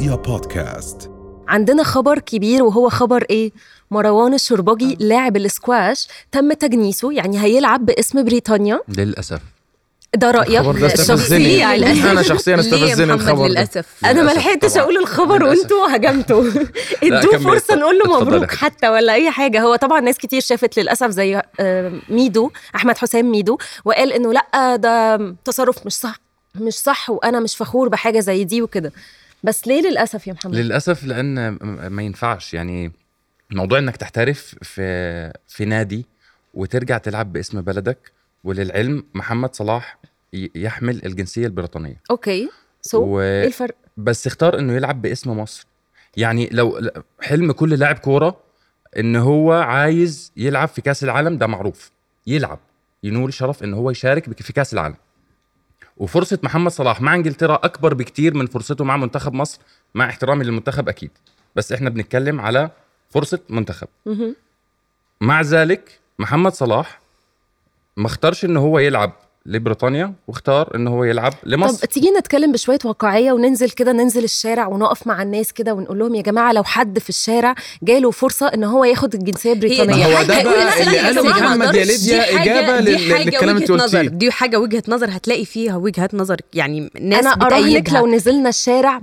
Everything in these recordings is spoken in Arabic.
رؤيا بودكاست. عندنا خبر كبير، وهو خبر ايه؟ مروان الشربجي لاعب الاسكواش تم تجنيسه، يعني هيلعب باسم بريطانيا للأسف. ده رأيك الشخصي؟ يعني أنا شخصيا استفزني الخبر للأسف. أنا ما لحقتش أقول الخبر وأنتوا هجمتوا. ادوا فرصة نقول له مبروك حتى ولا أي حاجة. هو طبعا ناس كتير شافت للأسف زي ميدو أحمد حسام ميدو، وقال إنه لأ ده تصرف مش صح وأنا مش فخور بحاجة زي دي وكده. بس ليه للأسف يا محمد؟ للأسف لأن ما ينفعش، يعني موضوع إنك تحترف في نادي وترجع تلعب باسم بلدك. وللعلم محمد صلاح يحمل الجنسية البريطانية. أوكي إيه الفرق؟ بس اختار إنه يلعب باسم مصر. يعني لو حلم كل لاعب كورة إنه هو عايز يلعب في كأس العالم، ده معروف، ينول شرف إنه هو يشارك في كأس العالم. وفرصة محمد صلاح مع انجلترا أكبر بكتير من فرصته مع منتخب مصر، مع احترامي للمنتخب أكيد، بس إحنا بنتكلم على فرصة منتخب. مع ذلك محمد صلاح ما اختارش إنه هو يلعب لبريطانيا، واختار إنه هو يلعب لمصر. طب تيجي نتكلم بشوية واقعية وننزل كده، ننزل الشارع ونقف مع الناس كده ونقول لهم يا جماعة لو حد في الشارع جاله فرصة إنه هو ياخد الجنسية البريطانية، هو ده بقى اللي قاله محمد يا ليديا إجابة للكلام اللي قلتيه. دي حاجة وجهة نظر، هتلاقي فيها وجهة نظر، يعني ناس أنا أراهنك لو نزلنا الشارع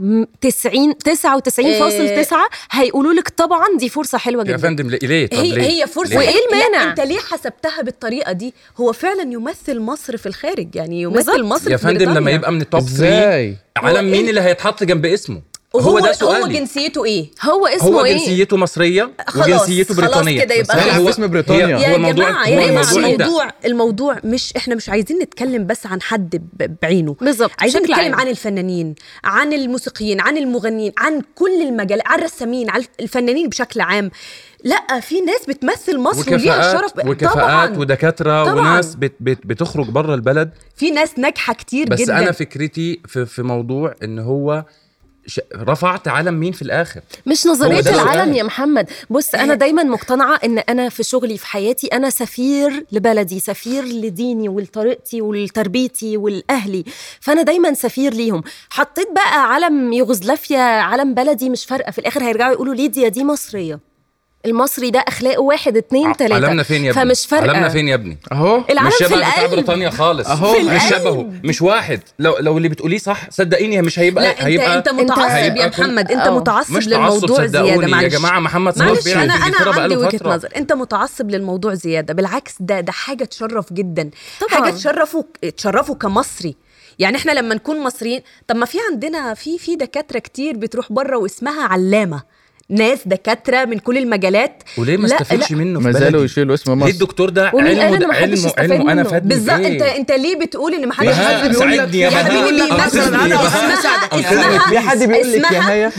99.9 هيقولوا لك طبعا دي فرصة حلوة جدا. يا فندم ليه؟ هي فرصة. وإيه المانع؟ أنت ليه حسبتها بالطريقة دي؟ هو فعلا يمثل مصر في الخارج، يعني يمثل مصر يا فندم لما يبقى من التوب 3 علم مين اللي هيتحط جنب اسمه؟ هو ده سؤالي. هو جنسيته ايه؟ هو اسمه هو ايه؟ جنسيته مصرية وجنسيته بريطانية. خلاص كده يبقى هو اسم بريطانيا. يا جماعة الموضوع مش احنا مش عايزين نتكلم بس عن حد بعينه بالظبط، عايزين نتكلم عن الفنانين، عن الموسيقيين، عن المغنيين، عن كل المجال، عن الرسامين، عن الفنانين بشكل عام. لا، في ناس بتمثل مصر وليها شرف، وكفاءات ودكاترة طبعاً. وناس بتخرج برا البلد، في ناس ناجحة كتير بس جدا. أنا فكرتي في موضوع إن هو رفعت علم مين في الآخر؟ مش نظرية العلم يا محمد. بص أنا دايما مقتنعة إن أنا في شغلي في حياتي أنا سفير لبلدي، سفير لديني ولطريقتي ولتربيتي والأهلي، فأنا دايما سفير ليهم. حطيت بقى علم يوغوسلافيا علم بلدي، مش فارقة، في الآخر هيرجعوا يقولوا ليديا دي مصرية. المصري ده أخلاقه 1 2 3. علمنا فين يا ابني؟ فمش فارقة. علمنا فين يا ابني؟ أهو مش شبه بتاع بريطانيا خالص. مش شبهه، مش واحد. لو اللي بتقوليه صح صدقيني مش هيبقى. لا انت متعصب يا محمد، انت متعصب للموضوع زيادة. معلش يا جماعة محمد صلاح بيلعب أنا عندي وجهة فترة. نظر، انت متعصب للموضوع زيادة. بالعكس ده حاجة تشرف جدا طبعا. حاجة تشرفه كمصري. يعني احنا لما نكون مصريين، طب ما في عندنا في دكاترة كتير بتروح بره واسمها علامة، ناس دكاترة من كل المجالات. وليه ما استفدش منه؟ ما زالوا يشيلوا اسم مصر. ليه الدكتور ده علمه أنا فادني بالظبط. انت ليه بتقول ان محدش بيقول لك يا حد بيقول لك يا هيا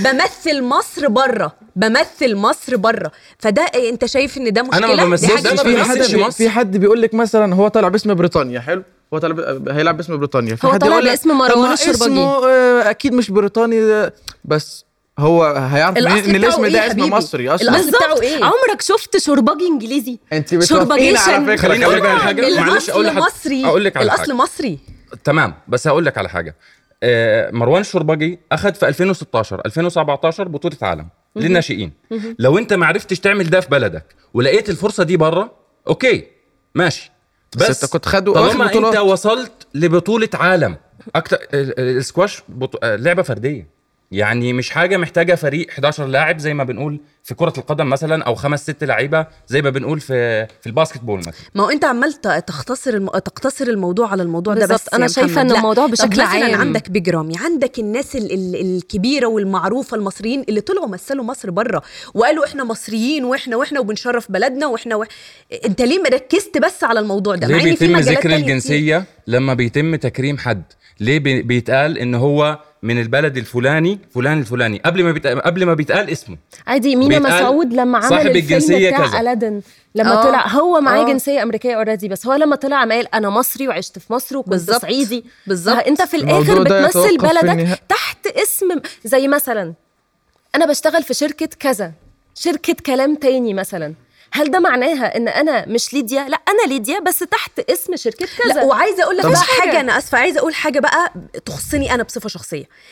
بمثل مصر بره، فده انت شايف ان ده مشكلة؟ أنا ما بمثلش. في حد بيقول لك مثلا هو طالع باسم بريطانيا، حلو، هو هيلعب باسم بريطانيا، هو طالع باسم مروان الشربجي، اكيد مش بريطاني، بس هو هيعرف ان الاسم ده اسم مصري اصلا. الاصل بتاعه ايه؟ عمرك شفت شربجي انجليزي؟ انت بتوافقين على فكره. خليني اقول لك على حاجه، معلش اقول لك على الاصل مصري تمام، بس هقول لك على حاجه. مروان الشربجي اخذ في 2016 2017 بطوله عالم للناشئين. لو انت ما عرفتش تعمل ده في بلدك ولقيت الفرصه دي بره، اوكي ماشي، بس انت كنت خدوا طالما انت وصلت لبطوله عالم. اكتر السكواش لعبه فرديه، يعني مش حاجة محتاجة فريق 11 لاعب زي ما بنقول في كرة القدم مثلا، أو 5-6 لعيبة زي ما بنقول في الباسكت بول مثلا. ما هو أنت عمال تقتصر الموضوع على الموضوع ده بس. أنا شايفة أن الموضوع بشكل عام. عندك بيج رامي، عندك الناس الكبيرة والمعروفة المصريين اللي طلعوا مثلوا مصر بره وقالوا إحنا مصريين وإحنا وبنشرف بلدنا أنت ليه ما ركزت بس على الموضوع ده؟ ليه بيتم ذكر الجنسية لما بيتم تكريم حد؟ ليه بيتقال إن هو من البلد الفلاني قبل ما بيتقال اسمه؟ عادي. مينا مسعود لما عمل الفيلم بتاع ألادن لما طلع هو معاه جنسية أمريكية أوريدي، بس هو لما طلع قال أنا مصري وعشت في مصر وكنت صعيدي. بالظبط. أنت في الآخر بتمثل بلدك تحت اسم، زي مثلا أنا بشتغل في شركة كذا، شركة كلام تاني مثلا، هل ده معناها ان انا مش ليديا؟ لا، انا ليديا بس تحت اسم شركه كذا. لا، وعايزه اقول لك بقى حاجه، انا اسفه، عايزه اقول حاجه بقى تخصني انا بصفه شخصيه.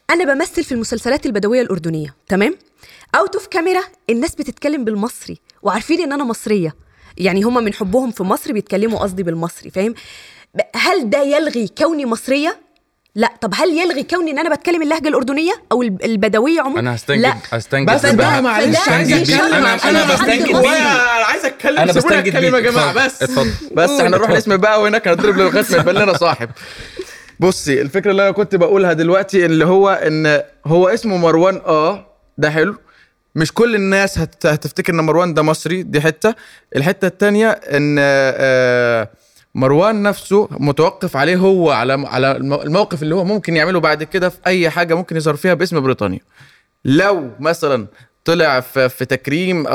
انا بمثل في المسلسلات البدويه الاردنيه، تمام، اوت اوف كاميرا الناس بتتكلم بالمصري وعارفين ان انا مصريه، يعني هم من حبهم في مصر بيتكلموا قصدي بالمصري، فاهم؟ هل ده يلغي كوني مصريه؟ لا. طب هل يلغي كوني ان انا بتكلم اللهجه الاردنيه او البدويه عموما؟ انا هستنجد بس بقى معلش عايز اتكلم. انا بستنجد انا عايز اتكلم. انا بستنجد يا جماعه بس احنا نروح نسمع بقى وهناك هنضرب لغايه ما يبان لنا صاحب. بصي الفكره اللي انا كنت بقولها دلوقتي اللي هو ان هو اسمه مروان، ده حلو، مش كل الناس هتفتكر ان مروان ده مصري، دي الحته التانية ان مروان نفسه متوقف عليه هو على الموقف اللي هو ممكن يعمله بعد كده في اي حاجه ممكن يظهر فيها باسم بريطانيا. لو مثلا طلع في تكريم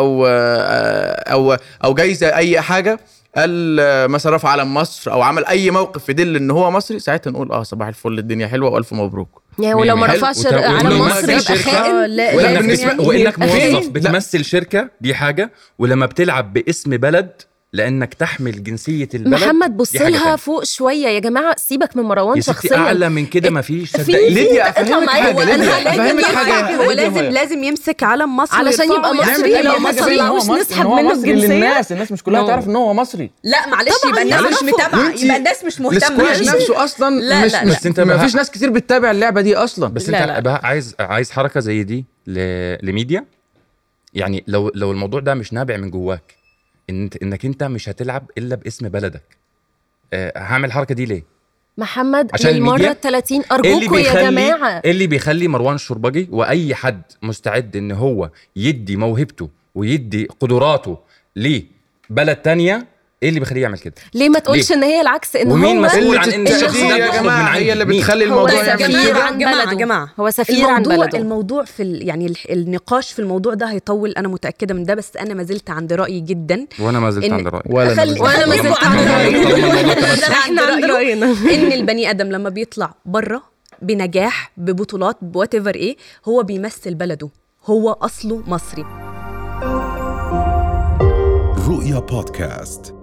او جايزه اي حاجه، قال مثلا رفع علم مصر او عمل اي موقف يدل ان هو مصري، ساعتها نقول صباح الفل الدنيا حلوه والف مبروك. يعني ولو ما رفعش علم مصر يبقى خائن. وانك موظف بتمثل شركه دي حاجه، ولما بتلعب باسم بلد لانك تحمل جنسيه البلد. محمد بصلها فوق شويه يا جماعه، سيبك من مروان شخصيا، اعلى من كده مفيش. صدقني ليديا افهمك حاجه، هو لازم يمسك علم مصر علشان يبقى مصري. لو ما طلعوش نسحب منه الجنسيه. الناس مش كلها تعرف ان هو مصري. لا معلش، يبقى الناس مش متابعه، يبقى الناس مش مهتمه. نفسه اصلا مش انت ما فيش ناس كتير بتتابع اللعبه دي اصلا. بس انت عايز حركه زي دي لميديا. يعني لو الموضوع ده مش نابع من جواك انك انت مش هتلعب الا باسم بلدك، هعمل الحركه دي ليه محمد؟ للمره 30 ارجوكوا يا جماعه. اللي بيخلي مروان الشربجي واي حد مستعد ان هو يدي موهبته ويدي قدراته لبلد تانية، ايه اللي بيخليه يعمل كده؟ ليه ما تقولش ان هي العكس؟ ان ومين هو مسؤول عن ان يا جماعه هي اللي بتخلي الموضوع يا جماعه هو سفير عن بلده. الموضوع يعني النقاش في الموضوع ده هيطول، انا متاكده من ده، بس انا ما زلت عند رايي جدا. وانا ما زلت عند رايي. وانا ما زلت عند رايي. احنا عند راينا ان البني ادم لما بيطلع بره بنجاح ببطولات بوات ايفر ايه، هو بيمثل بلده، هو اصله مصري. رؤيا بودكاست.